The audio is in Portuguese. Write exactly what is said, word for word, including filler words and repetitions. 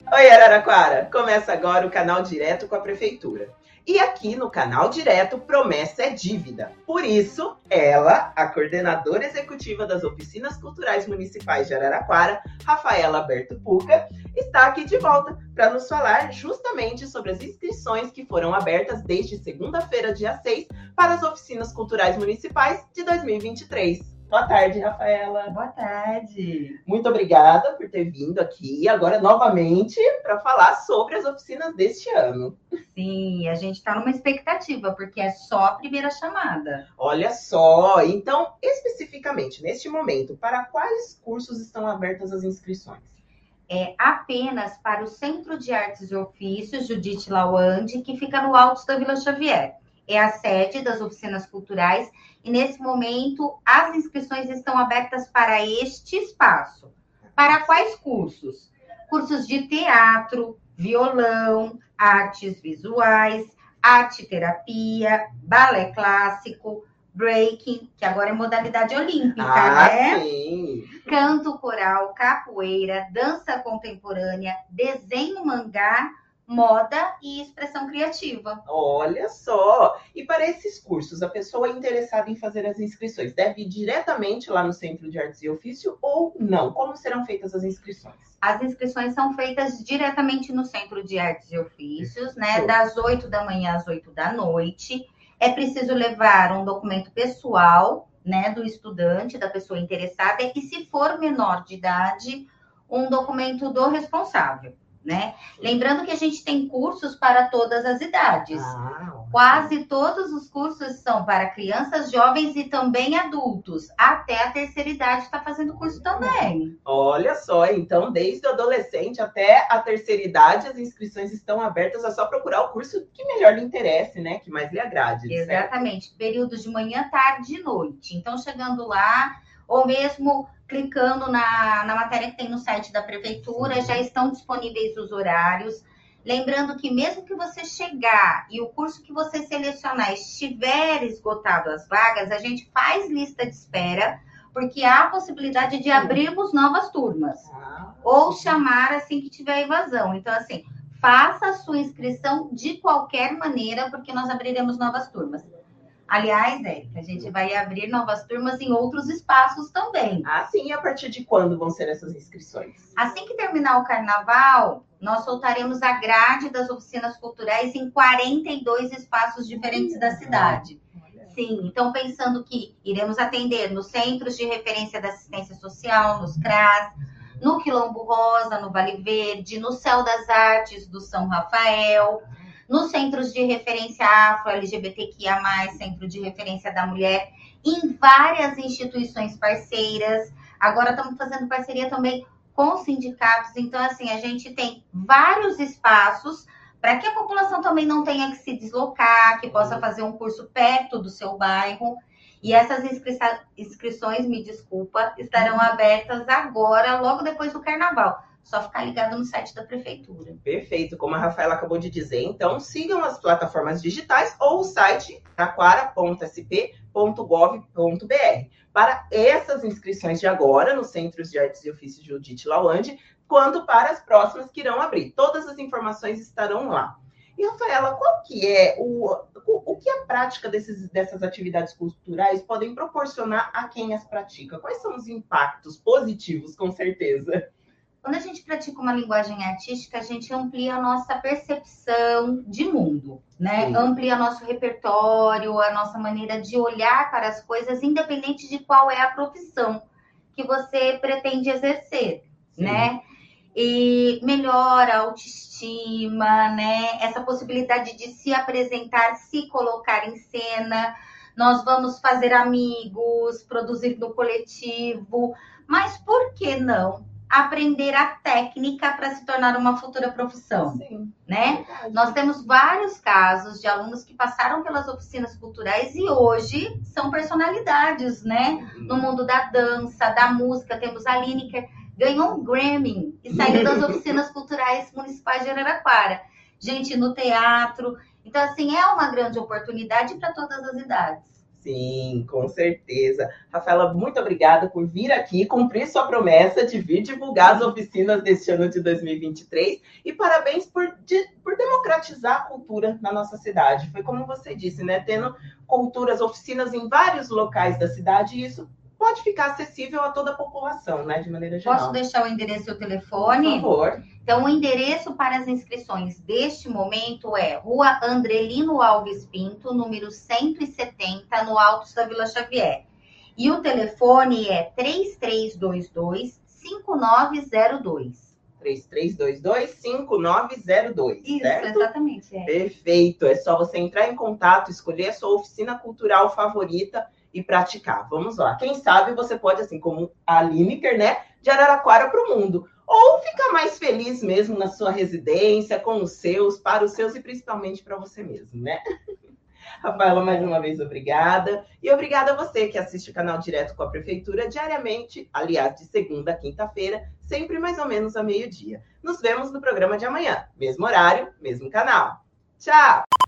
Oi, Araraquara! Começa agora o Canal Direto com a Prefeitura. E aqui no Canal Direto, promessa é dívida. Por isso, ela, a coordenadora executiva das Oficinas Culturais Municipais de Araraquara, Rafaela Berto Puca, está aqui de volta para nos falar justamente sobre as inscrições que foram abertas desde segunda-feira, dia seis, para as Oficinas Culturais Municipais de dois mil e vinte e três. Boa tarde, Rafaela. Boa tarde. Muito obrigada por ter vindo aqui agora novamente para falar sobre as oficinas deste ano. Sim, a gente está numa expectativa, porque é só a primeira chamada. Olha só, então, especificamente neste momento, para quais cursos estão abertas as inscrições? É apenas para o Centro de Artes e Ofícios Judite Lawande, que fica no alto da Vila Xavier. É a sede das oficinas culturais e, nesse momento, as inscrições estão abertas para este espaço. Para quais cursos? Cursos de teatro, violão, artes visuais, arte-terapia, balé clássico, breaking, que agora é modalidade olímpica, ah, né? Sim. Canto coral, capoeira, dança contemporânea, desenho mangá, moda e expressão criativa. Olha só! E para esses cursos, a pessoa interessada em fazer as inscrições deve ir diretamente lá no Centro de Artes e Ofício ou não? Como serão feitas as inscrições? As inscrições são feitas diretamente no Centro de Artes e Ofícios, né? Das oito da manhã às oito da noite. É preciso levar um documento pessoal, né, do estudante, da pessoa interessada, e se for menor de idade, um documento do responsável. Né? Lembrando que a gente tem cursos para todas as idades. Ah, Quase todos os cursos são para crianças, jovens e também adultos. Até a terceira idade está fazendo curso também. Olha só, então desde o adolescente até a terceira idade, as inscrições estão abertas, é só procurar o curso que melhor lhe interesse, né? Que mais lhe agrade. Exatamente, certo? Períodos de manhã, tarde e noite. Então, chegando lá, ou mesmo clicando na, na matéria que tem no site da prefeitura, sim, já estão disponíveis os horários. Lembrando que mesmo que você chegar e o curso que você selecionar estiver esgotado as vagas, a gente faz lista de espera, porque há a possibilidade de abrirmos novas turmas. Ou chamar assim que tiver evasão. Então, assim, faça a sua inscrição de qualquer maneira, porque nós abriremos novas turmas. Aliás, Érica, a gente vai abrir novas turmas em outros espaços também. Ah, sim, e a partir de quando vão ser essas inscrições? Assim que terminar o carnaval, nós soltaremos a grade das oficinas culturais em quarenta e dois espaços diferentes da cidade. Sim, então pensando que iremos atender nos centros de referência da assistência social, nos C R A S, no Quilombo Rosa, no Vale Verde, no Céu das Artes do São Rafael, nos centros de referência afro, L G B T Q I A mais, Centro de Referência da Mulher, em várias instituições parceiras. Agora estamos fazendo parceria também com sindicatos. Então, assim, a gente tem vários espaços para que a população também não tenha que se deslocar, que possa fazer um curso perto do seu bairro. E essas inscri- inscrições, me desculpa, estarão abertas agora, logo depois do carnaval. Só ficar ligado no site da prefeitura. Perfeito, como a Rafaela acabou de dizer. Então, sigam as plataformas digitais ou o site taquara ponto s p ponto gov ponto b r para essas inscrições de agora nos Centros de Artes e Ofícios Judite Lawande, quanto para as próximas que irão abrir. Todas as informações estarão lá. E, Rafaela, qual que é o, o, o que a prática desses, dessas atividades culturais podem proporcionar a quem as pratica? Quais são os impactos positivos, com certeza? Quando a gente pratica uma linguagem artística, a gente amplia a nossa percepção de mundo, né? Sim. Amplia nosso repertório, a nossa maneira de olhar para as coisas, independente de qual é a profissão que você pretende exercer, sim, né? E melhora a autoestima, né? Essa possibilidade de se apresentar, se colocar em cena. Nós vamos fazer amigos, produzir no coletivo, mas por que não aprender a técnica para se tornar uma futura profissão? Sim, né? É Nós temos vários casos de alunos que passaram pelas oficinas culturais e hoje são personalidades, né? No mundo da dança, da música. Temos a Lineker, ganhou um Grammy e saiu das oficinas culturais municipais de Araraquara. Gente, no teatro. Então, assim, é uma grande oportunidade para todas as idades. Sim, com certeza. Rafaela, muito obrigada por vir aqui, cumprir sua promessa de vir divulgar as oficinas deste ano de dois mil e vinte e três e parabéns por, de, por democratizar a cultura na nossa cidade. Foi como você disse, né? Tendo culturas, oficinas em vários locais da cidade, e isso pode ficar acessível a toda a população, né? De maneira geral. Posso deixar o endereço e o telefone? Por favor. Então, o endereço para as inscrições deste momento é Rua Andrelino Alves Pinto, número cento e setenta, no Altos da Vila Xavier. E o telefone é três três dois dois, cinco nove zero dois. três três dois dois, cinco nove zero dois, Isso, certo? exatamente. É. Perfeito. É só você entrar em contato, escolher a sua oficina cultural favorita e praticar. Vamos lá. Quem sabe você pode, assim como a Lineker, né, de Araraquara para o mundo. Ou ficar mais feliz mesmo na sua residência, com os seus, para os seus e principalmente para você mesmo, né? Rafaela, mais uma vez, obrigada. E obrigada a você que assiste o canal Direto com a Prefeitura diariamente, aliás, de segunda a quinta-feira, sempre mais ou menos ao meio-dia. Nos vemos no programa de amanhã. Mesmo horário, mesmo canal. Tchau!